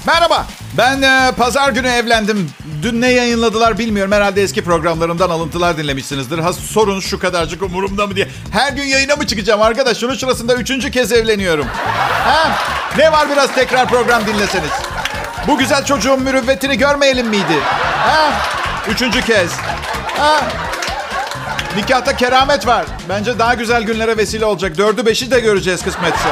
Merhaba, ben pazar günü evlendim. Dün ne yayınladılar bilmiyorum. Herhalde eski programlarımdan alıntılar dinlemişsinizdir. Sorun şu kadarcık umurumda mı diye. Her gün yayına mı çıkacağım arkadaş? Şunun şurasında 3. kez evleniyorum. Ha? Ne var biraz tekrar program dinleseniz? Bu güzel çocuğun mürüvvetini görmeyelim miydi? Ha? 3. kez. Ha? Nikahta keramet var. Bence daha güzel günlere vesile olacak. 4'ü 5'i de göreceğiz kısmetse.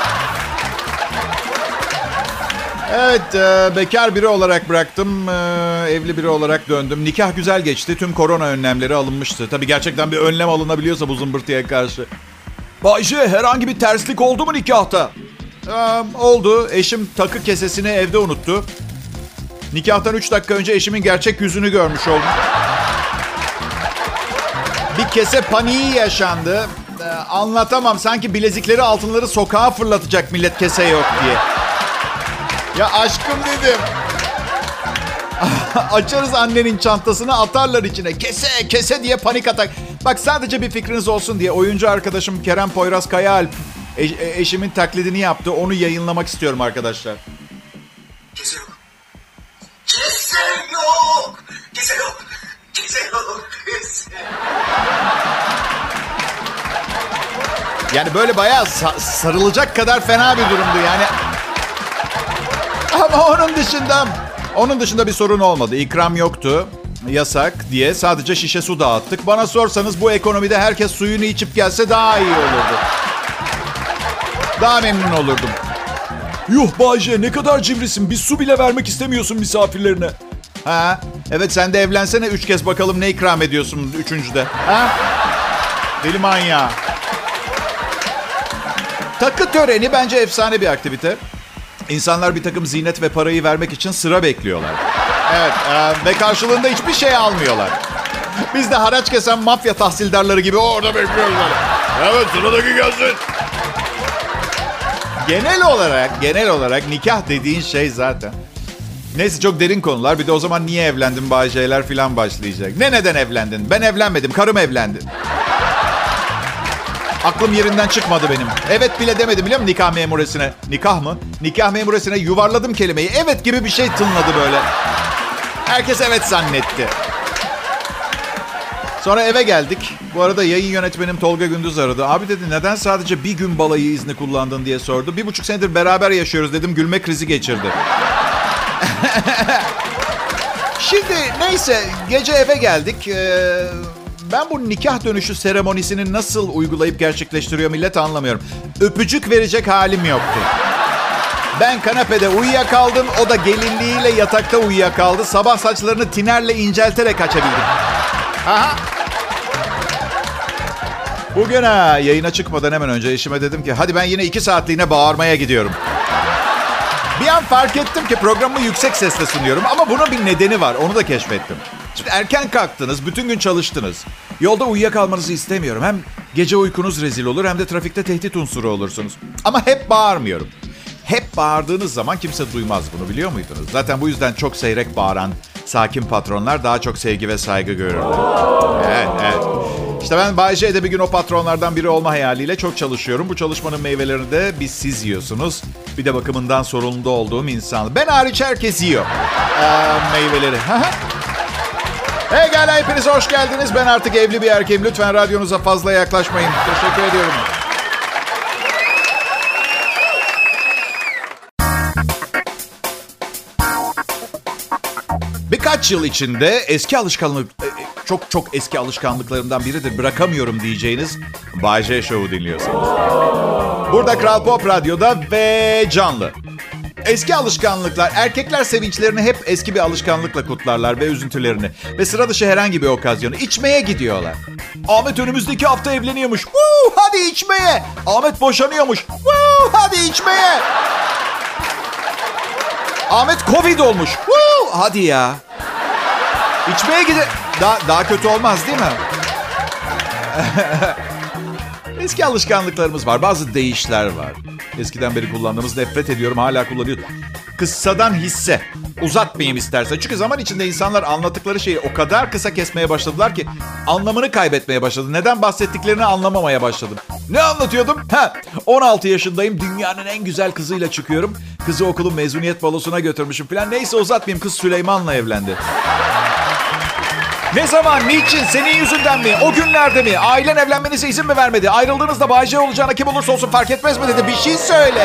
Evet, bekar biri olarak bıraktım, evli biri olarak döndüm. Nikah güzel geçti, tüm korona önlemleri alınmıştı. Tabii gerçekten bir önlem alınabiliyorsa bu zımbırtıya karşı. Bayce, herhangi bir terslik oldu mu nikahta? Oldu, eşim takı kesesini evde unuttu. Nikahtan 3 dakika önce eşimin gerçek yüzünü görmüş oldum. Bir kese paniği yaşandı. Anlatamam, sanki bilezikleri altınları sokağa fırlatacak millet kese yok diye. Ya aşkım dedim. Açarız annenin çantasını, atarlar içine. Kese, kese diye panik atak. Bak sadece bir fikriniz olsun diye oyuncu arkadaşım Kerem Poyraz Kayaalp eşimin taklidini yaptı. Onu yayınlamak istiyorum arkadaşlar. Kese yok. Kese yok. Kese yok. Kese yok. Kese. Yani böyle bayağı sarılacak kadar fena bir durumdu yani. Ama onun dışında bir sorun olmadı. İkram yoktu, yasak diye sadece şişe su dağıttık. Bana sorsanız bu ekonomide herkes suyunu içip gelse daha iyi olurdu. Daha memnun olurdum. Yuh Bayce, ne kadar cimrisin. Bir su bile vermek istemiyorsun misafirlerine. Ha, evet sen de evlensene 3 kez bakalım ne ikram ediyorsun 3.'de. Ha? Deli manyağı. Takı töreni bence efsane bir aktivite. İnsanlar bir takım ziynet ve parayı vermek için sıra bekliyorlar. Evet, ve karşılığında hiçbir şey almıyorlar. Biz de haraç kesen mafya tahsildarları gibi orada bekliyoruz. Evet, sıradaki gelsin. Genel olarak nikah dediğin şey zaten. Neyse, çok derin konular. Bir de o zaman niye evlendin Bayce'ler falan başlayacak. Neden evlendin? Ben evlenmedim, karım evlendi. Aklım yerinden çıkmadı benim. Evet bile demedim biliyor musun nikah memuresine? Nikah mı? Nikah memuresine yuvarladım kelimeyi. Evet gibi bir şey tınladı böyle. Herkes evet zannetti. Sonra eve geldik. Bu arada yayın yönetmenim Tolga Gündüz aradı. Abi dedi neden sadece bir gün balayı izni kullandın diye sordu. 1,5 senedir beraber yaşıyoruz dedim. Gülme krizi geçirdi. Şimdi neyse gece eve geldik. Ben bu nikah dönüşü seremonisini nasıl uygulayıp gerçekleştiriyor millet anlamıyorum. Öpücük verecek halim yoktu. Ben kanepede uyuyakaldım. O da gelinliğiyle yatakta uyuyakaldı. Sabah saçlarını tinerle incelterek açabildik. Aha. Bugün yayına çıkmadan hemen önce eşime dedim ki hadi ben yine 2 saatliğine bağırmaya gidiyorum. Bir an fark ettim ki programımı yüksek sesle sunuyorum ama bunun bir nedeni var. Onu da keşfettim. Şimdi erken kalktınız, bütün gün çalıştınız. Yolda uyuyakalmanızı istemiyorum. Hem gece uykunuz rezil olur hem de trafikte tehdit unsuru olursunuz. Ama hep bağırmıyorum. Hep bağırdığınız zaman kimse duymaz bunu, biliyor muydunuz? Zaten bu yüzden çok seyrek bağıran sakin patronlar daha çok sevgi ve saygı görürler. Evet. İşte ben Bay J'de bir gün o patronlardan biri olma hayaliyle çok çalışıyorum. Bu çalışmanın meyvelerini de biz siz yiyorsunuz. Bir de bakımından sorumlu olduğum insan. Ben hariç herkes yiyor meyveleri. Hey gala, hepiniz hoş geldiniz. Ben artık evli bir erkeğim. Lütfen radyonuza fazla yaklaşmayın. Teşekkür ediyorum. Birkaç yıl içinde eski alışkanlık... Çok eski alışkanlıklarımdan biridir. Bırakamıyorum diyeceğiniz Bay J Show'u dinliyorsunuz. Burada Kral Pop Radyo'da ve canlı. Eski alışkanlıklar, erkekler sevinçlerini hep eski bir alışkanlıkla kutlarlar ve üzüntülerini. Ve sıra dışı herhangi bir okazyonu içmeye gidiyorlar. Ahmet önümüzdeki hafta evleniyormuş. Woo, hadi içmeye. Ahmet boşanıyormuş. Woo, hadi içmeye. Ahmet Covid olmuş. Woo, hadi ya. İçmeye daha kötü olmaz değil mi? Eski alışkanlıklarımız var. Bazı deyişler var. Eskiden beri kullandığımız, nefret ediyorum hala kullanıyorum. Kıssadan hisse. Uzatmayayım istersen. Çünkü zaman içinde insanlar anlattıkları şeyi o kadar kısa kesmeye başladılar ki anlamını kaybetmeye başladı. Neden bahsettiklerini anlamamaya başladım. Ne anlatıyordum? 16 yaşındayım. Dünyanın en güzel kızıyla çıkıyorum. Kızı okulun mezuniyet balosuna götürmüşüm falan. Neyse uzatmayayım. Kız Süleyman'la evlendi. Ne zaman? Niçin? Senin yüzünden mi? O günlerde mi? Ailen evlenmenize izin mi vermedi? Ayrıldığınızda Bay J olacağına kim olursa olsun fark etmez mi dedi? Bir şey söyle.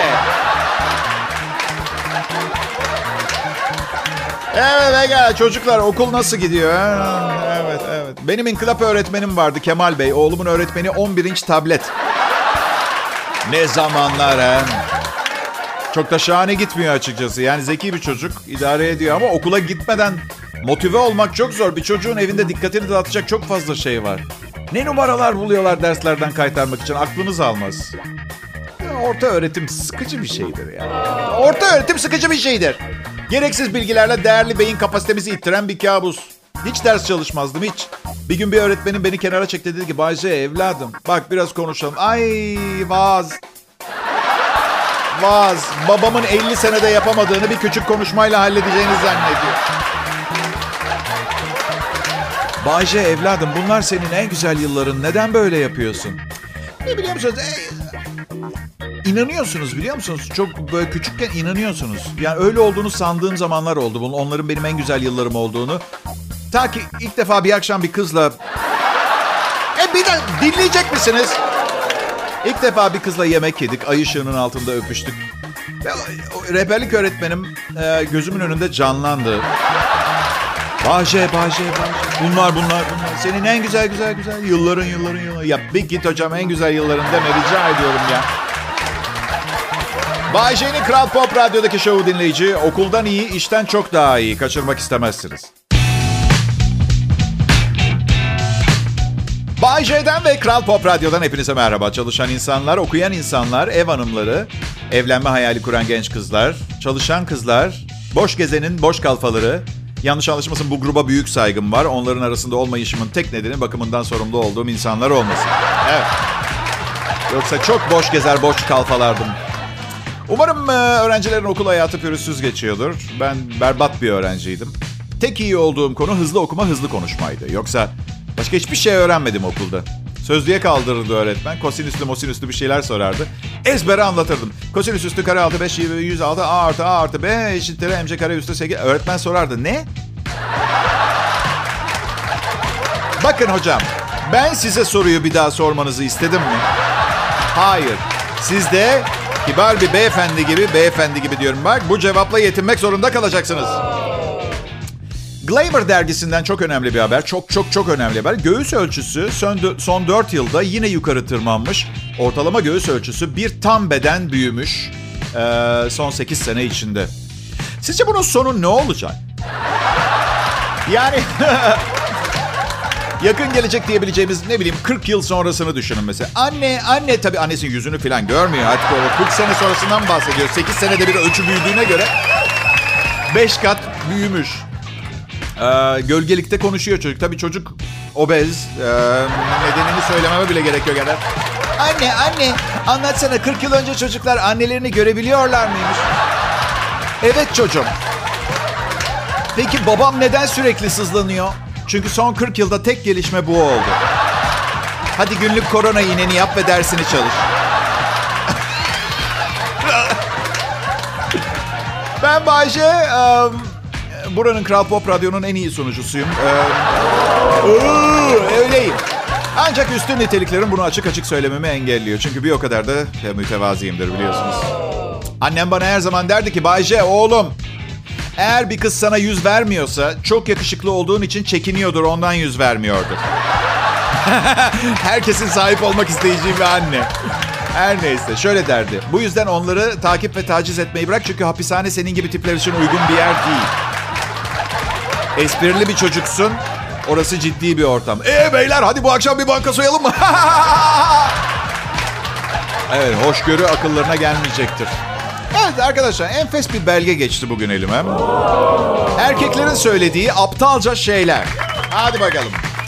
Evet Ege, çocuklar okul nasıl gidiyor? Evet. Benim inkılap öğretmenim vardı Kemal Bey. Oğlumun öğretmeni 11 inç tablet. Ne zamanlar ha? Çok da şahane gitmiyor açıkçası. Yani zeki bir çocuk, idare ediyor ama okula gitmeden motive olmak çok zor. Bir çocuğun evinde dikkatini dağıtacak çok fazla şey var. Ne numaralar buluyorlar derslerden kaytarmak için, aklınız almaz. Orta öğretim sıkıcı bir şeydir ya. Orta öğretim sıkıcı bir şeydir. Gereksiz bilgilerle değerli beyin kapasitemizi ittiren bir kabus. Hiç ders çalışmazdım, hiç. Bir gün bir öğretmenim beni kenara çekti, dedi ki Bay J evladım bak biraz konuşalım. Ay vaz. Babamın 50 senede yapamadığını bir küçük konuşmayla halledeceğini zannediyor. Bay J evladım bunlar senin en güzel yılların. Neden böyle yapıyorsun? Ne biliyor musunuz? İnanıyorsunuz biliyor musunuz? Çok böyle küçükken inanıyorsunuz. Yani öyle olduğunu sandığım zamanlar oldu. Onların benim en güzel yıllarım olduğunu. Ta ki ilk defa bir akşam bir kızla... bir de dinleyecek misiniz? İlk defa bir kızla yemek yedik. Ay ışığının altında öpüştük. Rehberlik öğretmenim gözümün önünde canlandı. Bahçe. Bunlar. Senin en güzel yılların. Ya bir git hocam en güzel yılların deme rica ediyorum ya. Bay J'nin Kral Pop Radyo'daki şovu dinleyici. Okuldan iyi, işten çok daha iyi. Kaçırmak istemezsiniz. Bay J'den ve Kral Pop Radyo'dan hepinize merhaba. Çalışan insanlar, okuyan insanlar, ev hanımları, evlenme hayali kuran genç kızlar, çalışan kızlar, boş gezenin boş kalfaları. Yanlış anlaşılmasın bu gruba büyük saygım var. Onların arasında olmayışımın tek nedeni bakımından sorumlu olduğum insanlar olmasın. Evet. Yoksa çok boş gezer, boş kalfalardım. Umarım öğrencilerin okul hayatı pürüzsüz geçiyordur. Ben berbat bir öğrenciydim. Tek iyi olduğum konu hızlı okuma, hızlı konuşmaydı. Yoksa başka hiçbir şey öğrenmedim okulda. Sözlüğe kaldırırdı öğretmen. Kosinüslü, mosinüslü bir şeyler sorardı. Ezbere anlatırdım. Kosinüs üstü kare altı 5, 106, a artı b eşittir mc kare üstü 8. Öğretmen sorardı. Ne? Bakın hocam, ben size soruyu bir daha sormanızı istedim mi? Hayır. Siz de kibar bir beyefendi gibi diyorum bak, bu cevapla yetinmek zorunda kalacaksınız. Glamour dergisinden çok önemli bir haber. Çok önemli bir haber. Göğüs ölçüsü son 4 yılda yine yukarı tırmanmış. Ortalama göğüs ölçüsü bir tam beden büyümüş son 8 sene içinde. Sizce bunun sonu ne olacak? Yani yakın gelecek diyebileceğimiz 40 yıl sonrasını düşünün mesela. Anne tabii annesinin yüzünü falan görmüyor. Artık o 40 sene sonrasından bahsediyor. 8 senede bir ölçü büyüdüğüne göre 5 kat büyümüş. Gölgelikte konuşuyor çocuk. Tabii çocuk obez. Nedenini söylememe bile gerek yok. Anne anlatsana 40 yıl önce çocuklar annelerini görebiliyorlar mıymış? Evet çocuğum. Peki babam neden sürekli sızlanıyor? Çünkü son 40 yılda tek gelişme bu oldu. Hadi günlük korona iğneni yap ve dersini çalış. Ben Bayce. Buranın Kral Pop Radyo'nun en iyi sunucusuyum. Öyleyim. Ancak üstün niteliklerim bunu açık söylememi engelliyor. Çünkü bir o kadar da mütevazıyımdır biliyorsunuz. Annem bana her zaman derdi ki Bayce oğlum, eğer bir kız sana yüz vermiyorsa çok yakışıklı olduğun için çekiniyordur, ondan yüz vermiyordur. Herkesin sahip olmak isteyeceği bir anne. Her neyse şöyle derdi. Bu yüzden onları takip ve taciz etmeyi bırak. Çünkü hapishane senin gibi tipler için uygun bir yer değil. Esprili bir çocuksun. Orası ciddi bir ortam. Beyler hadi bu akşam bir banka soyalım mı? Evet, hoşgörü akıllarına gelmeyecektir. Evet arkadaşlar, enfes bir belge geçti bugün elime. Erkeklerin söylediği aptalca şeyler. Hadi bakalım.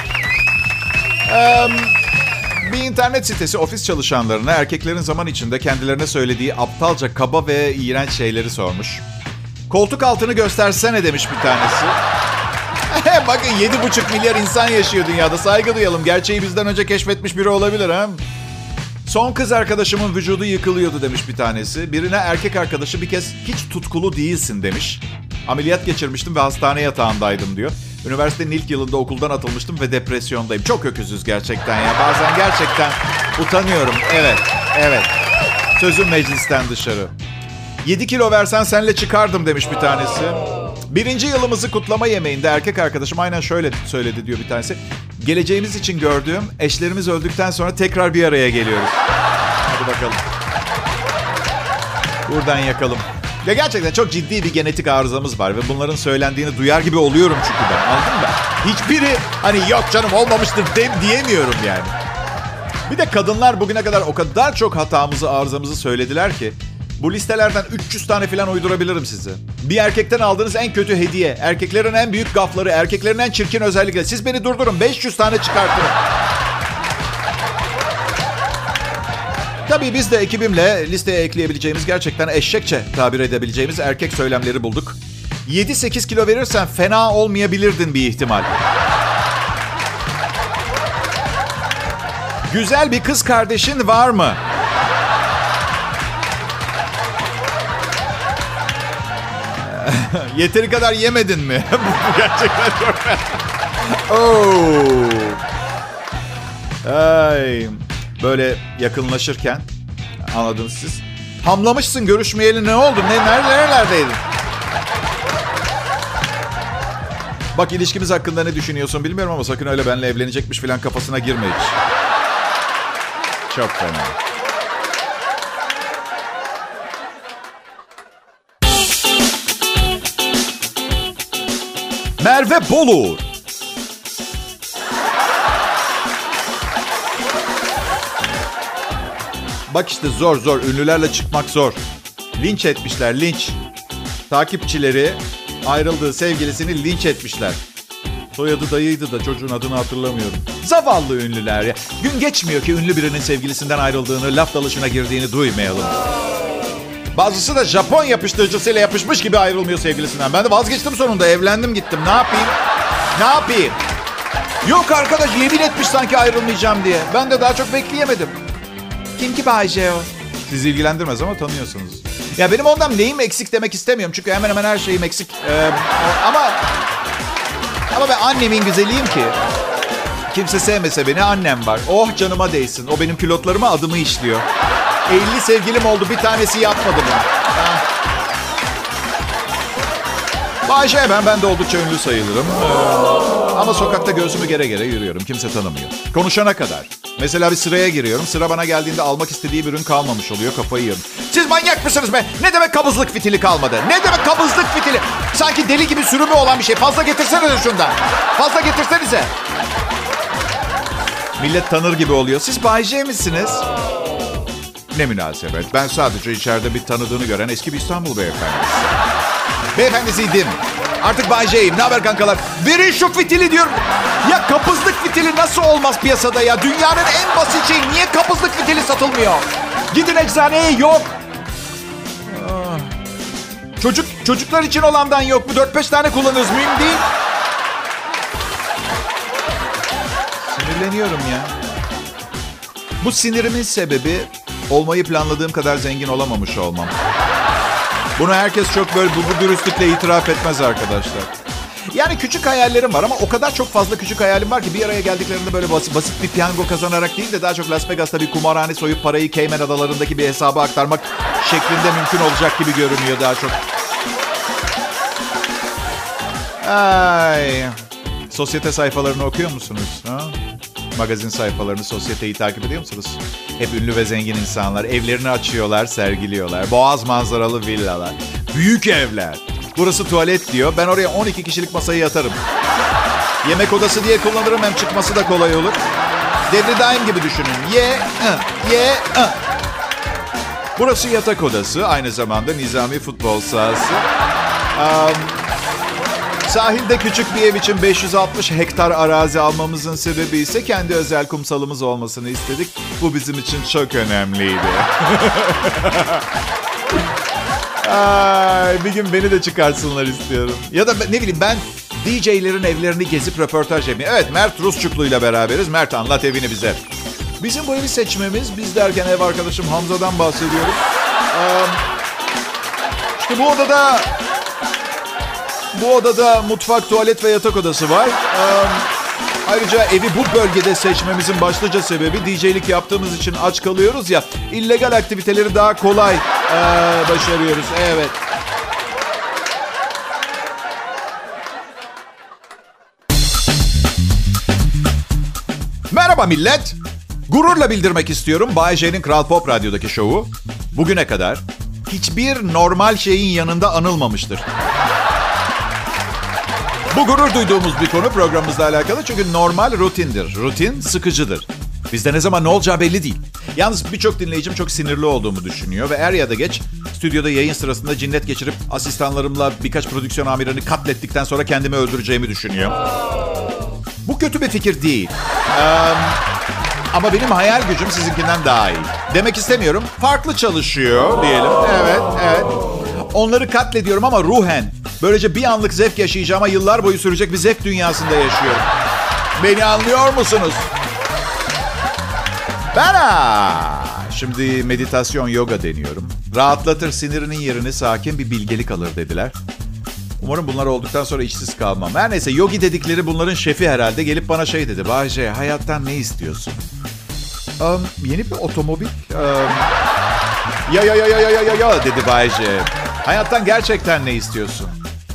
Bir internet sitesi ofis çalışanlarına erkeklerin zaman içinde kendilerine söylediği aptalca, kaba ve iğrenç şeyleri sormuş. Koltuk altını göstersene demiş bir tanesi. Bakın 7,5 milyar insan yaşıyor dünyada. Saygı duyalım. Gerçeği bizden önce keşfetmiş biri olabilir ha. Son kız arkadaşımın vücudu yıkılıyordu demiş bir tanesi. Birine erkek arkadaşı bir kez hiç tutkulu değilsin demiş. Ameliyat geçirmiştim ve hastane yatağındaydım diyor. Üniversitenin ilk yılında okuldan atılmıştım ve depresyondayım. Çok öküzüz gerçekten ya. Bazen gerçekten utanıyorum. Evet. Sözüm meclisten dışarı. 7 kilo versen senle çıkardım demiş bir tanesi. 1. yılımızı kutlama yemeğinde erkek arkadaşım aynen şöyle söyledi diyor bir tanesi. Geleceğimiz için gördüğüm eşlerimiz öldükten sonra tekrar bir araya geliyoruz. Hadi bakalım. Buradan yakalım. Ya gerçekten çok ciddi bir genetik arızamız var ve bunların söylendiğini duyar gibi oluyorum çünkü ben. Anladın mı? Hiçbiri hani yok canım olmamıştır diyemiyorum yani. Bir de kadınlar bugüne kadar o kadar çok hatamızı, arızamızı söylediler ki bu listelerden 300 tane falan uydurabilirim size. Bir erkekten aldığınız en kötü hediye, erkeklerin en büyük gafları, erkeklerin en çirkin özellikleri. Siz beni durdurun, 500 tane çıkartırım. Tabii biz de ekibimle listeye ekleyebileceğimiz, gerçekten eşekçe tabir edebileceğimiz erkek söylemleri bulduk. 7-8 kilo verirsen fena olmayabilirdin bir ihtimal. Güzel bir kız kardeşin var mı? Yeteri kadar yemedin mi? Bu gerçekten çok... Ay. Böyle yakınlaşırken anladınız siz. Hamlamışsın, görüşmeyeli ne oldu? Nerelerdeydin? Bak, ilişkimiz hakkında ne düşünüyorsun bilmiyorum ama sakın öyle benimle evlenecekmiş falan kafasına girme hiç. Çok fena. Merve Boluğur. Bak işte zor. Ünlülerle çıkmak zor. Linç etmişler, linç. Takipçileri ayrıldığı sevgilisini linç etmişler. Soyadı dayıydı da çocuğun adını hatırlamıyorum. Zavallı ünlüler ya. Gün geçmiyor ki ünlü birinin sevgilisinden ayrıldığını, laf dalışına girdiğini duymayalım. Bazısı da Japon yapıştırıcısıyla yapışmış gibi ayrılmıyor sevgilisinden. Ben de vazgeçtim sonunda, evlendim gittim. Ne yapayım? Yok arkadaş, yemin etmiş sanki ayrılmayacağım diye. Ben de daha çok bekleyemedim. Kim ki Bayce o? Sizi ilgilendirmez ama tanıyorsunuz. Ya benim ondan neyim eksik demek istemiyorum. Çünkü hemen hemen her şeyim eksik. Ama ben annemin güzeliyim ki. Kimse sevmese beni, annem var. Oh canıma değsin. O benim pilotlarıma adımı işliyor. 50 sevgilim oldu, bir tanesi yapmadı mı? Bayce ben de oldukça ünlü sayılırım. Ama sokakta göğsümü gere gere yürüyorum. Kimse tanımıyor. Konuşana kadar. Mesela bir sıraya giriyorum. Sıra bana geldiğinde almak istediği bir ürün kalmamış oluyor. Kafayı yiyorum. Siz manyak mısınız be? Ne demek kabızlık fitili kalmadı? Ne demek kabızlık fitili? Sanki deli gibi sürümü olan bir şey. Fazla getirsenize şundan. Fazla getirsenize. Millet tanır gibi oluyor. Siz Bay J misiniz? Ne münasebet. Ben sadece içeride bir tanıdığını gören eski bir İstanbul beyefendisi. Beyefendisiydim. Artık Bay J'yim. Ne haber kankalar? Verin şu fitili diyorum. Ya kabızlık fitili nasıl olmaz piyasada ya? Dünyanın en basit şeyi. Niye kabızlık fitili satılmıyor? Gidin eczaneye, yok. Çocuklar için olandan yok mu? 4-5 tane kullanırız. Mühim değil. Sinirleniyorum ya. Bu sinirimin sebebi olmayı planladığım kadar zengin olamamış olmam. Bunu herkes çok böyle bu dürüstlükle itiraf etmez arkadaşlar. Yani küçük hayallerim var ama o kadar çok fazla küçük hayalim var ki bir araya geldiklerinde böyle basit bir piyango kazanarak değil de daha çok Las Vegas'ta bir kumarhane soyup parayı Cayman Adaları'ndaki bir hesaba aktarmak şeklinde mümkün olacak gibi görünüyor daha çok. Ay. Sosyete sayfalarını okuyor musunuz? Ha? Magazin sayfalarını, sosyeteyi takip ediyor musunuz? Hep ünlü ve zengin insanlar. Evlerini açıyorlar, sergiliyorlar. Boğaz manzaralı villalar. Büyük evler. Burası tuvalet diyor. Ben oraya 12 kişilik masayı yatarım. Yemek odası diye kullanırım. Hem çıkması da kolay olur. Devri daim gibi düşünün. Burası yatak odası. Aynı zamanda nizami futbol sahası. Sahilde küçük bir ev için 560 hektar arazi almamızın sebebi ise kendi özel kumsalımız olmasını istedik. Bu bizim için çok önemliydi. Bir gün beni de çıkarsınlar istiyorum. Ya da ne bileyim ben DJ'lerin evlerini gezip röportaj yapayım. Evet, Mert Rusçuklu ile beraberiz. Mert, anlat evini bize. Bizim bu evi seçmemiz, biz derken ev arkadaşım Hamza'dan bahsediyoruz. İşte bu odada mutfak, tuvalet ve yatak odası var. Ayrıca evi bu bölgede seçmemizin başlıca sebebi DJ'lik yaptığımız için aç kalıyoruz ya. İllegal aktiviteleri daha kolay başarıyoruz. Evet. Merhaba millet. Gururla bildirmek istiyorum. Bay J'nin Kral Pop Radyo'daki şovu bugüne kadar hiçbir normal şeyin yanında anılmamıştır. Bu gurur duyduğumuz bir konu programımızla alakalı çünkü normal rutindir. Rutin sıkıcıdır. Bizde ne zaman ne olacağı belli değil. Yalnız birçok dinleyicim çok sinirli olduğumu düşünüyor ve er ya da geç stüdyoda yayın sırasında cinnet geçirip asistanlarımla birkaç prodüksiyon amirini katlettikten sonra kendimi öldüreceğimi düşünüyor. Bu kötü bir fikir değil. Ama benim hayal gücüm sizinkinden daha iyi. Demek istemiyorum. Farklı çalışıyor diyelim. Evet. Onları katlediyorum ama ruhen. Böylece bir anlık zevk yaşayacağıma yıllar boyu sürecek bir zevk dünyasında yaşıyorum. Beni anlıyor musunuz? Şimdi meditasyon, yoga deniyorum. Rahatlatır, sinirinin yerini sakin bir bilgelik alır dediler. Umarım bunlar olduktan sonra işsiz kalmam. Her neyse, yogi dedikleri bunların şefi herhalde gelip bana şey dedi. Bahçe, hayattan ne istiyorsun? Yeni bir otomobil. Ya dedi Bahçe. Hayattan gerçekten ne istiyorsun?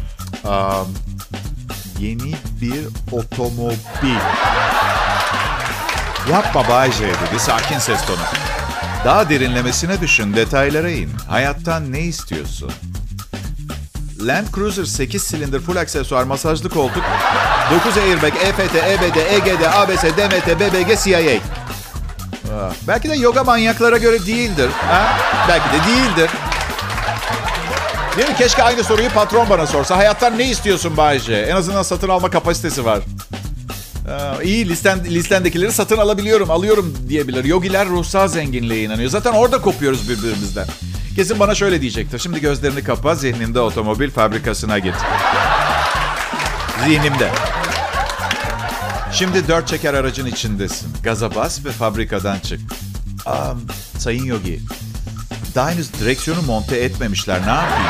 Yeni bir otomobil. Yapma Bahçe dedi sakin ses tonu. Daha derinlemesine düşün, detaylara in. Hayattan ne istiyorsun? Land Cruiser 8 silindir full aksesuar masajlı koltuk, 9 airbag, EFT, EBD, EGD, ABS, DMT, BBG, CIA. Belki de yoga manyaklara göre değildir. Belki de değildir. Değil mi? Keşke aynı soruyu patron bana sorsa. Hayattan ne istiyorsun Bayce? En azından satın alma kapasitesi var. İyi, listendekileri satın alıyorum diyebilir. Yogiler ruhsal zenginliğe inanıyor. Zaten orada kopuyoruz birbirimizden. Kesin bana şöyle diyecektir. Şimdi gözlerini kapa, zihninde otomobil fabrikasına git. Zihnimde. Şimdi 4 çeker aracın içindesin. Gaza bas ve fabrikadan çık. Sayın Yogi, daha henüz direksiyonu monte etmemişler. Ne yapayım?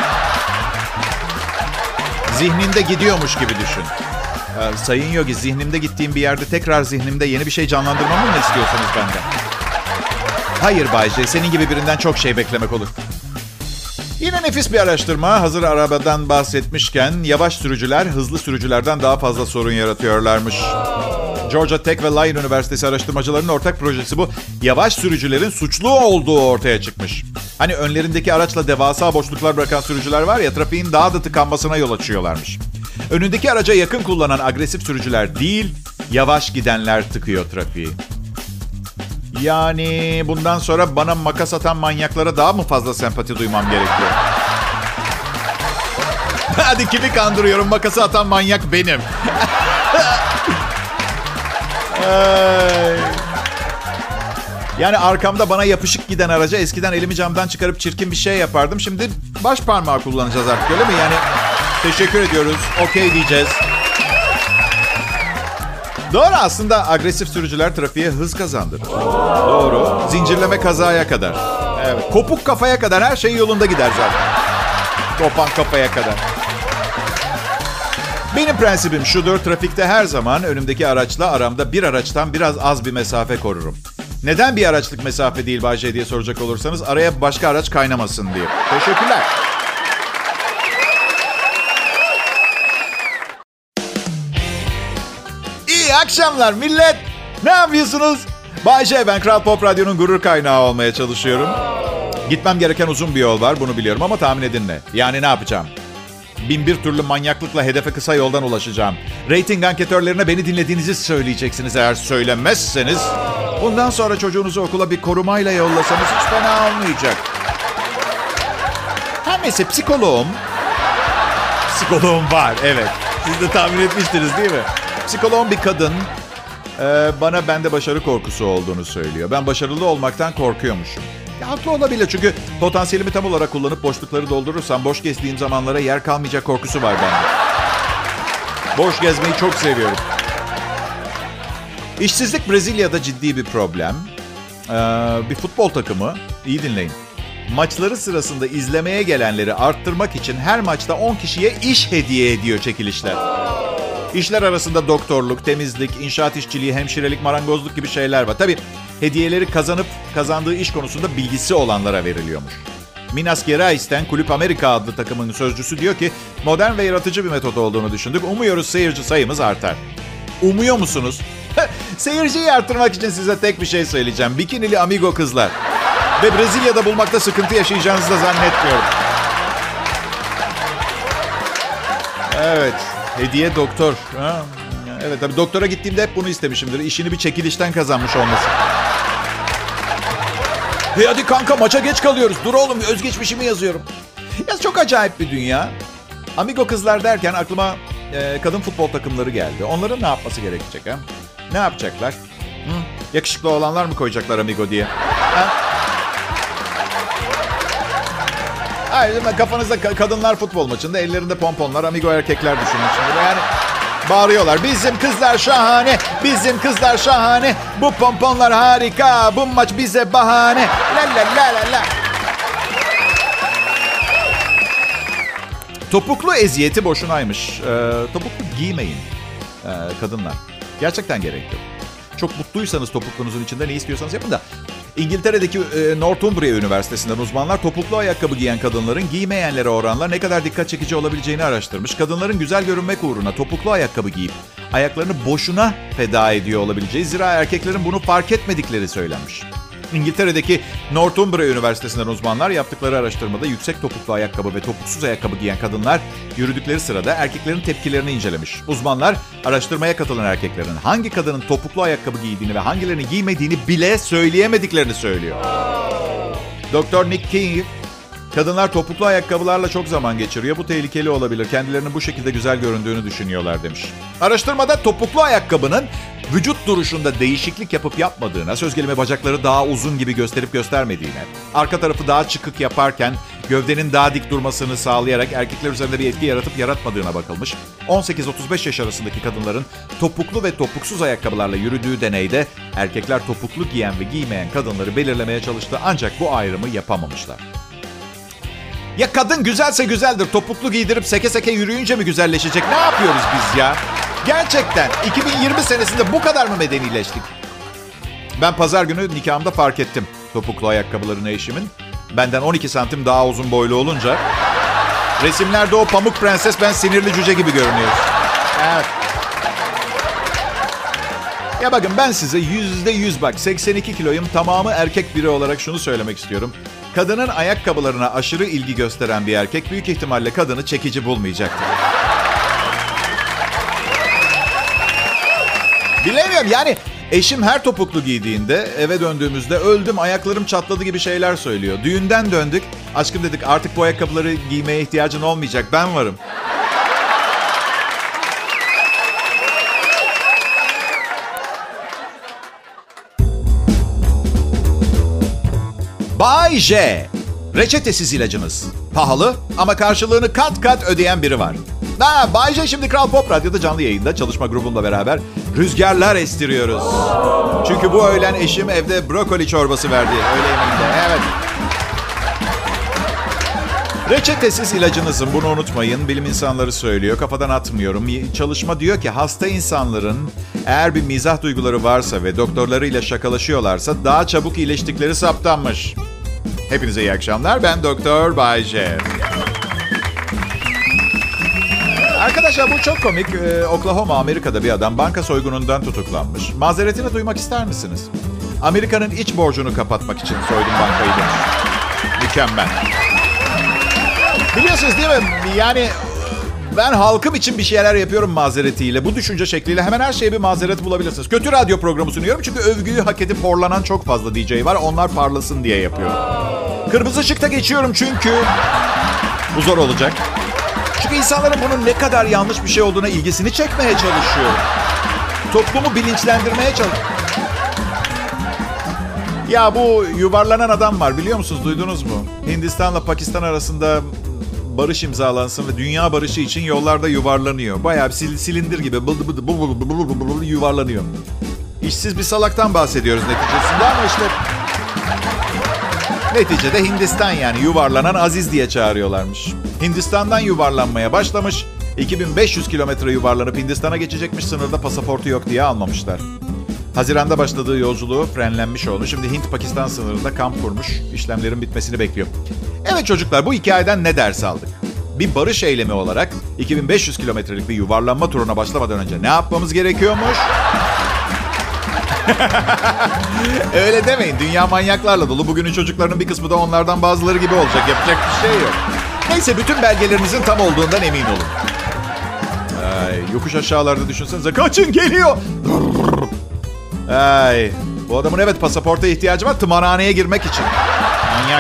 Zihninde gidiyormuş gibi düşün. Sayın Yogi, zihnimde gittiğim bir yerde tekrar zihnimde yeni bir şey canlandırmamı mı istiyorsunuz benden? Hayır Bay J, senin gibi birinden çok şey beklemek olur. Yine nefis bir araştırma. Hazır arabadan bahsetmişken yavaş sürücüler hızlı sürücülerden daha fazla sorun yaratıyorlarmış. Georgia Tech ve Lyon Üniversitesi araştırmacılarının ortak projesi bu. Yavaş sürücülerin suçlu olduğu ortaya çıkmış. Hani önlerindeki araçla devasa boşluklar bırakan sürücüler var ya, trafiğin daha da tıkanmasına yol açıyorlarmış. Önündeki araca yakın kullanan agresif sürücüler değil, yavaş gidenler tıkıyor trafiği. Yani bundan sonra bana makas atan manyaklara daha mı fazla sempati duymam gerekiyor? Hadi kimi kandırıyorum? Makası atan manyak benim. Yani arkamda bana yapışık giden araca eskiden elimi camdan çıkarıp çirkin bir şey yapardım. Şimdi baş parmağı kullanacağız artık, öyle mi? Yani teşekkür ediyoruz, okey diyeceğiz. Doğru, aslında agresif sürücüler trafiğe hız kazandırır. Doğru. Zincirleme kazaya kadar. Evet. Kopuk kafaya kadar her şey yolunda gider zaten. Kopan kafaya kadar. Benim prensibim şudur. Trafikte her zaman önümdeki araçla aramda bir araçtan biraz az bir mesafe korurum. Neden bir araçlık mesafe değil Bay J diye soracak olursanız, araya başka araç kaynamasın diye. Teşekkürler. İyi akşamlar millet. Ne yapıyorsunuz? Bay J, ben Kral Pop Radyo'nun gurur kaynağı olmaya çalışıyorum. Gitmem gereken uzun bir yol var, bunu biliyorum ama tahmin edin ne? Yani ne yapacağım? 1001 türlü manyaklıkla hedefe kısa yoldan ulaşacağım. Rating anketörlerine beni dinlediğinizi söyleyeceksiniz. Eğer söylemezseniz bundan sonra çocuğunuzu okula bir korumayla yollasanız hiç fena olmayacak. Her neyse, psikoloğum var, evet. Siz de tahmin etmiştiniz değil mi? Psikoloğum bir kadın. Bana bende başarı korkusu olduğunu söylüyor. Ben başarılı olmaktan korkuyormuşum. Ya, haklı olabilir çünkü potansiyelimi tam olarak kullanıp boşlukları doldurursam boş gezdiğim zamanlara yer kalmayacak korkusu var bende. Boş gezmeyi çok seviyorum. İşsizlik Brezilya'da ciddi bir problem. Bir futbol takımı, iyi dinleyin. Maçları sırasında izlemeye gelenleri arttırmak için her maçta 10 kişiye iş hediye ediyor çekilişler. İşler arasında doktorluk, temizlik, inşaat işçiliği, hemşirelik, marangozluk gibi şeyler var. Tabii hediyeleri kazandığı iş konusunda bilgisi olanlara veriliyormuş. Minas Gerais'ten Kulüp Amerika adlı takımın sözcüsü diyor ki modern ve yaratıcı bir metot olduğunu düşündük. Umuyoruz seyirci sayımız artar. Umuyor musunuz? Seyirciyi arttırmak için size tek bir şey söyleyeceğim. Bikinili amigo kızlar. Ve Brezilya'da bulmakta sıkıntı yaşayacağınızı da zannetmiyorum. Evet. Hediye doktor. Ha. Evet tabii doktora gittiğimde hep bunu istemişimdir. İşini bir çekilişten kazanmış olması. Hey hadi kanka maça geç kalıyoruz. Dur oğlum özgeçmişimi yazıyorum. Ya çok acayip bir dünya. Amigo kızlar derken aklıma kadın futbol takımları geldi. Onların ne yapması gerekecek ha? Ne yapacaklar? Yakışıklı olanlar mı koyacaklar amigo diye? Ha? Hayır, kafanızda kadınlar futbol maçında ellerinde pomponlar, amigo erkekler düşünün şimdi. Yani bağırıyorlar. Bizim kızlar şahane, bizim kızlar şahane. Bu pomponlar harika, bu maç bize bahane. La la la la la. Topuklu eziyeti boşunaymış. Topuklu giymeyin kadınlar. Gerçekten gerek yok. Çok mutluysanız topuklunuzun içinde ne istiyorsanız yapın da. İngiltere'deki Northumbria Üniversitesi'nden uzmanlar topuklu ayakkabı giyen kadınların giymeyenlere oranla ne kadar dikkat çekici olabileceğini araştırmış. Kadınların güzel görünmek uğruna topuklu ayakkabı giyip ayaklarını boşuna feda ediyor olabileceği, zira erkeklerin bunu fark etmedikleri söylenmiş. İngiltere'deki Northumbria Üniversitesi'nden uzmanlar yaptıkları araştırmada yüksek topuklu ayakkabı ve topuksuz ayakkabı giyen kadınlar yürüdükleri sırada erkeklerin tepkilerini incelemiş. Uzmanlar araştırmaya katılan erkeklerin hangi kadının topuklu ayakkabı giydiğini ve hangilerini giymediğini bile söyleyemediklerini söylüyor. Dr. Nick King, kadınlar topuklu ayakkabılarla çok zaman geçiriyor. Bu tehlikeli olabilir. Kendilerinin bu şekilde güzel göründüğünü düşünüyorlar demiş. Araştırmada topuklu ayakkabının vücut duruşunda değişiklik yapıp yapmadığına, söz gelimi bacakları daha uzun gibi gösterip göstermediğine, arka tarafı daha çıkık yaparken gövdenin daha dik durmasını sağlayarak erkekler üzerinde bir etki yaratıp yaratmadığına bakılmış. 18-35 yaş arasındaki kadınların topuklu ve topuksuz ayakkabılarla yürüdüğü deneyde erkekler topuklu giyen ve giymeyen kadınları belirlemeye çalıştı ancak bu ayrımı yapamamışlar. Ya kadın güzelse güzeldir. Topuklu giydirip seke seke yürüyünce mi güzelleşecek? Ne yapıyoruz biz ya? Gerçekten 2020 senesinde bu kadar mı medenileştik? Ben pazar günü nikahımda fark ettim topuklu ayakkabılarını eşimin. Benden 12 santim daha uzun boylu olunca resimlerde o pamuk prenses, ben sinirli cüce gibi görünüyoruz. Evet. Ya bakın ben size %100 bak 82 kiloyum, tamamı erkek biri olarak şunu söylemek istiyorum. Kadının ayakkabılarına aşırı ilgi gösteren bir erkek büyük ihtimalle kadını çekici bulmayacaktır. Bilemiyorum yani eşim her topuklu giydiğinde eve döndüğümüzde öldüm, ayaklarım çatladı gibi şeyler söylüyor. Düğünden döndük. Aşkım dedik artık bu ayakkabıları giymeye ihtiyacın olmayacak, ben varım. Bay J. Reçetesiz ilacınız. Pahalı ama karşılığını kat kat ödeyen biri var. Bay J şimdi Kral Pop Radyo'da canlı yayında çalışma grubumla beraber rüzgarlar estiriyoruz. Çünkü bu öğlen eşim evde brokoli çorbası verdi öğle yemeğinde. Evet. Reçetesiz ilacınızın, bunu unutmayın. Bilim insanları söylüyor, kafadan atmıyorum. Çalışma diyor ki hasta insanların eğer bir mizah duyguları varsa ve doktorlarıyla şakalaşıyorlarsa daha çabuk iyileştikleri saptanmış. Hepinize iyi akşamlar. Ben Doktor Bay J. Arkadaşlar bu çok komik. Oklahoma, Amerika'da bir adam banka soygunundan tutuklanmış. Mazeretini duymak ister misiniz? Amerika'nın iç borcunu kapatmak için soydum bankayı demiş. Mükemmel. Biliyorsunuz değil mi? Yani ben halkım için bir şeyler yapıyorum mazeretiyle. Bu düşünce şekliyle hemen her şeye bir mazeret bulabilirsiniz. Kötü radyo programı sunuyorum çünkü övgüyü hak edip horlanan çok fazla DJ var. Onlar parlasın diye yapıyorum. Kırmızı ışıkta geçiyorum çünkü bu zor olacak. Çünkü insanların bunun ne kadar yanlış bir şey olduğuna ilgisini çekmeye çalışıyorum. Toplumu bilinçlendirmeye çalışıyorum. Ya bu yuvarlanan adam var, biliyor musunuz? Duydunuz mu? Hindistan'la Pakistan arasında barış imzalansın ve dünya barışı için yollarda yuvarlanıyor. Bayağı bir silindir gibi yuvarlanıyor. İşsiz bir salaktan bahsediyoruz neticesinde ama işte neticede Hindistan, yani yuvarlanan Aziz diye çağırıyorlarmış. Hindistan'dan yuvarlanmaya başlamış. 2500 kilometre yuvarlanıp Hindistan'a geçecekmiş, sınırda pasaportu yok diye almamışlar. Haziran'da başladığı yolculuğu frenlenmiş oldu. Şimdi Hint-Pakistan sınırında kamp kurmuş. İşlemlerin bitmesini bekliyor. Evet çocuklar, bu hikayeden ne ders aldık? Bir barış eylemi olarak 2500 kilometrelik bir yuvarlanma turuna başlamadan önce ne yapmamız gerekiyormuş? Öyle demeyin. Dünya manyaklarla dolu. Bugünün çocuklarının bir kısmı da onlardan bazıları gibi olacak. Yapacak bir şey yok. Neyse, bütün belgelerinizin tam olduğundan emin olun. Yokuş aşağılarda düşünsenize. Kaçın, geliyor. Bu adamın evet pasaporta ihtiyacı var. Tımarhaneye girmek için. Manyak.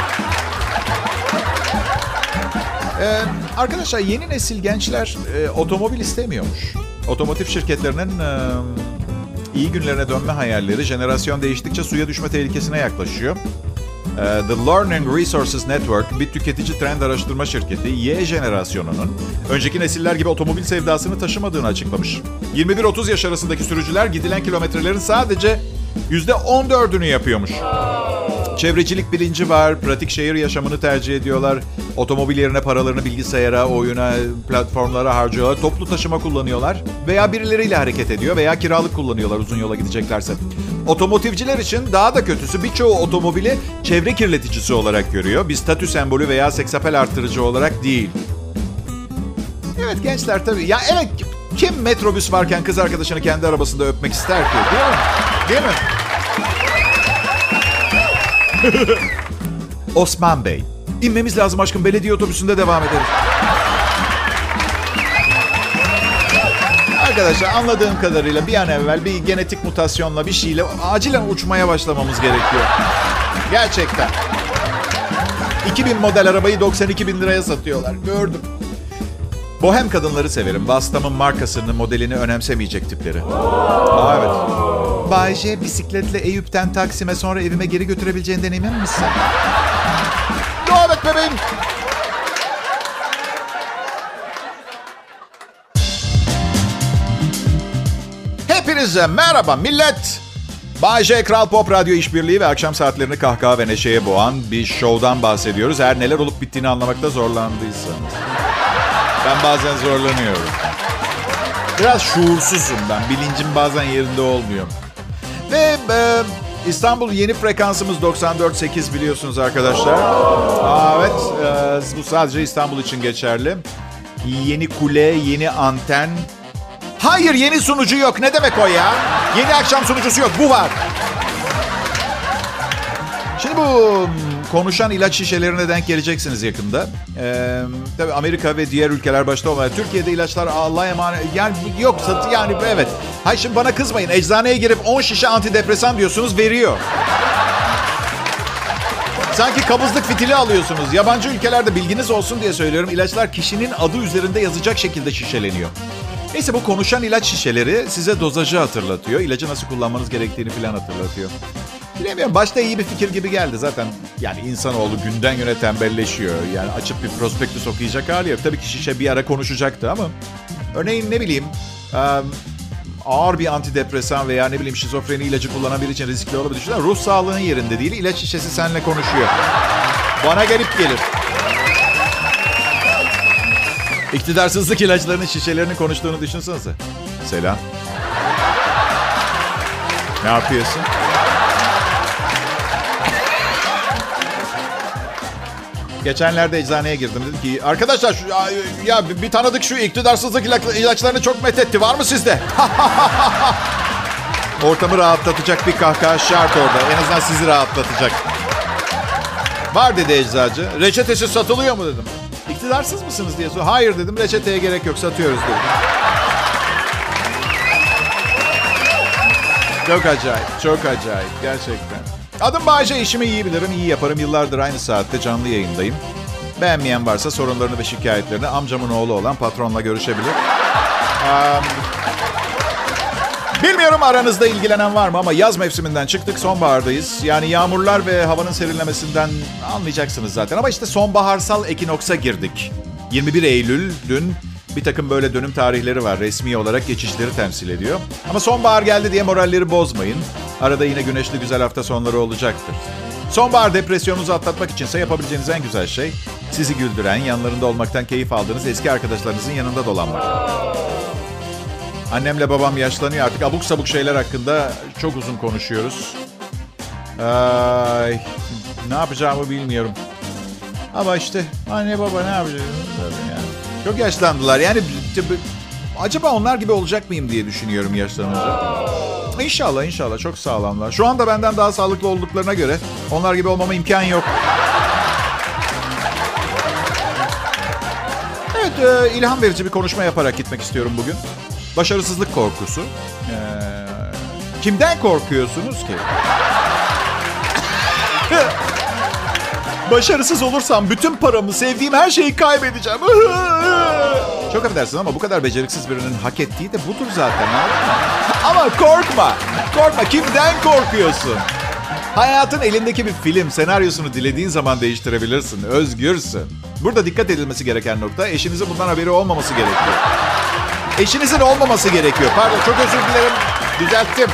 Arkadaşlar, yeni nesil gençler otomobil istemiyormuş. Otomotiv şirketlerinin iyi günlerine dönme hayalleri jenerasyon değiştikçe suya düşme tehlikesine yaklaşıyor. The Learning Resources Network, bir tüketici trend araştırma şirketi, Y jenerasyonunun önceki nesiller gibi otomobil sevdasını taşımadığını açıklamış. 21-30 yaş arasındaki sürücüler gidilen kilometrelerin sadece %14'ünü yapıyormuş. Çevrecilik bilinci var, pratik şehir yaşamını tercih ediyorlar. Otomobil yerine paralarını bilgisayara, oyuna, platformlara harcıyorlar. Toplu taşıma kullanıyorlar veya birileriyle hareket ediyor veya kiralık kullanıyorlar uzun yola gideceklerse. Otomotivciler için daha da kötüsü, birçoğu otomobili çevre kirleticisi olarak görüyor. Bir statü sembolü veya seksapel artırıcı olarak değil. Evet gençler tabii. Ya evet, kim metrobüs varken kız arkadaşını kendi arabasında öpmek ister ki? Değil mi? Değil mi? Osman Bey, inmemiz lazım aşkım. Belediye otobüsünde devam ederiz. Arkadaşlar, anladığım kadarıyla bir an evvel bir genetik mutasyonla bir şeyle acilen uçmaya başlamamız gerekiyor. Gerçekten. 2000 model arabayı 92 bin liraya satıyorlar. Gördüm. Bohem kadınları severim. Vastam'ın markasını, modelini önemsemeyecek tipleri. Evet. Bay J, bisikletle Eyüp'ten Taksim'e sonra evime geri götürebileceğinden emin misin? Evet bebeğim. Hepinize merhaba millet. Bay J, Kral Pop Radyo İşbirliği ve akşam saatlerini kahkaha ve neşeye boğan bir şovdan bahsediyoruz. Her neler olup bittiğini anlamakta zorlandıysanız. Ben bazen zorlanıyorum. Biraz şuursuzum ben. Bilincim bazen yerinde olmuyor. Ve İstanbul yeni frekansımız 94.8 biliyorsunuz arkadaşlar. Evet, bu sadece İstanbul için geçerli. Yeni kule, yeni anten. Hayır, yeni sunucu yok. Ne demek o ya? Yeni akşam sunucusu yok. Bu var. Şimdi bu konuşan ilaç şişelerine denk geleceksiniz yakında. Tabii Amerika ve diğer ülkeler başta olmayan. Türkiye'de ilaçlar Allah'a emanet. Yani yok satı, yani evet. Hayır, şimdi bana kızmayın. Eczaneye girip 10 şişe antidepresan diyorsunuz, veriyor. Sanki kabızlık fitili alıyorsunuz. Yabancı ülkelerde bilginiz olsun diye söylüyorum. İlaçlar kişinin adı üzerinde yazacak şekilde şişeleniyor. Neyse, bu konuşan ilaç şişeleri size dozajı hatırlatıyor. İlacı nasıl kullanmanız gerektiğini falan hatırlatıyor. Bilemiyorum, başta iyi bir fikir gibi geldi. Zaten yani insanoğlu günden güne tembelleşiyor. Yani açıp bir prospektüs okuyacak hali yok. Tabii ki şişe bir ara konuşacaktı ama örneğin ne bileyim ağır bir antidepresan veya ne bileyim şizofreni ilacı kullanan biri için riskli olabilir. Düşünün, ruh sağlığın yerinde değil, ilaç şişesi seninle konuşuyor. Bana garip gelir. İktidarsızlık ilaçlarının şişelerini konuştuğunu düşünsenize. Selam. Ne yapıyorsun? Geçenlerde eczaneye girdim. Dedim ki arkadaşlar ya bir tanıdık şu iktidarsızlık ilaçlarını çok methetti. Var mı sizde? Ortamı rahatlatacak bir kahkaha şart orada. En azından sizi rahatlatacak. Var dedi eczacı. Reçetesi satılıyor mu dedim. İktidarsız mısınız diye sordu. Hayır dedim, reçeteye gerek yok, satıyoruz dedim. Çok acayip, çok acayip gerçekten. Adım Bayce, işimi iyi bilirim, iyi yaparım. Yıllardır aynı saatte canlı yayındayım. Beğenmeyen varsa sorunlarını ve şikayetlerini amcamın oğlu olan patronla görüşebilir. Bilmiyorum aranızda ilgilenen var mı ama yaz mevsiminden çıktık, sonbahardayız. Yani yağmurlar ve havanın serinlemesinden anlayacaksınız zaten. Ama işte sonbaharsal ekinoksa girdik. 21 Eylül dün bir takım böyle dönüm tarihleri var. Resmi olarak geçişleri temsil ediyor. Ama sonbahar geldi diye moralleri bozmayın. Arada yine güneşli güzel hafta sonları olacaktır. Sonbahar depresyonunuzu atlatmak içinse yapabileceğiniz en güzel şey sizi güldüren, yanlarında olmaktan keyif aldığınız eski arkadaşlarınızın yanında dolanmak. Annemle babam yaşlanıyor artık. Abuk sabuk şeyler hakkında çok uzun konuşuyoruz. Ay, ne yapacağımı bilmiyorum. Ama işte anne baba ne yapacağız? Yani çok yaşlandılar. Yani acaba onlar gibi olacak mıyım diye düşünüyorum yaşlanınca. İnşallah çok sağlamlar. Şu anda benden daha sağlıklı olduklarına göre onlar gibi olmama imkan yok. Evet, ilham verici bir konuşma yaparak gitmek istiyorum bugün. Başarısızlık korkusu. Kimden korkuyorsunuz ki? Başarısız olursam bütün paramı, sevdiğim her şeyi kaybedeceğim. Çok affedersin ama bu kadar beceriksiz birinin hak ettiği de budur zaten. Ama korkma. Korkma. Kimden korkuyorsun? Hayatın elindeki bir film. Senaryosunu dilediğin zaman değiştirebilirsin. Özgürsün. Burada dikkat edilmesi gereken nokta eşinizin bundan haberi olmaması gerekiyor. Eşinizin olmaması gerekiyor. Pardon, çok özür dilerim. Düzelttim.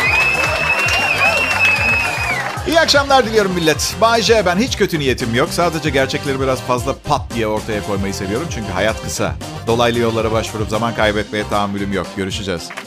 İyi akşamlar diliyorum millet. Bay J, ben hiç kötü niyetim yok. Sadece gerçekleri biraz fazla pat diye ortaya koymayı seviyorum. Çünkü hayat kısa. Dolaylı yollara başvurup zaman kaybetmeye tahammülüm yok. Görüşeceğiz.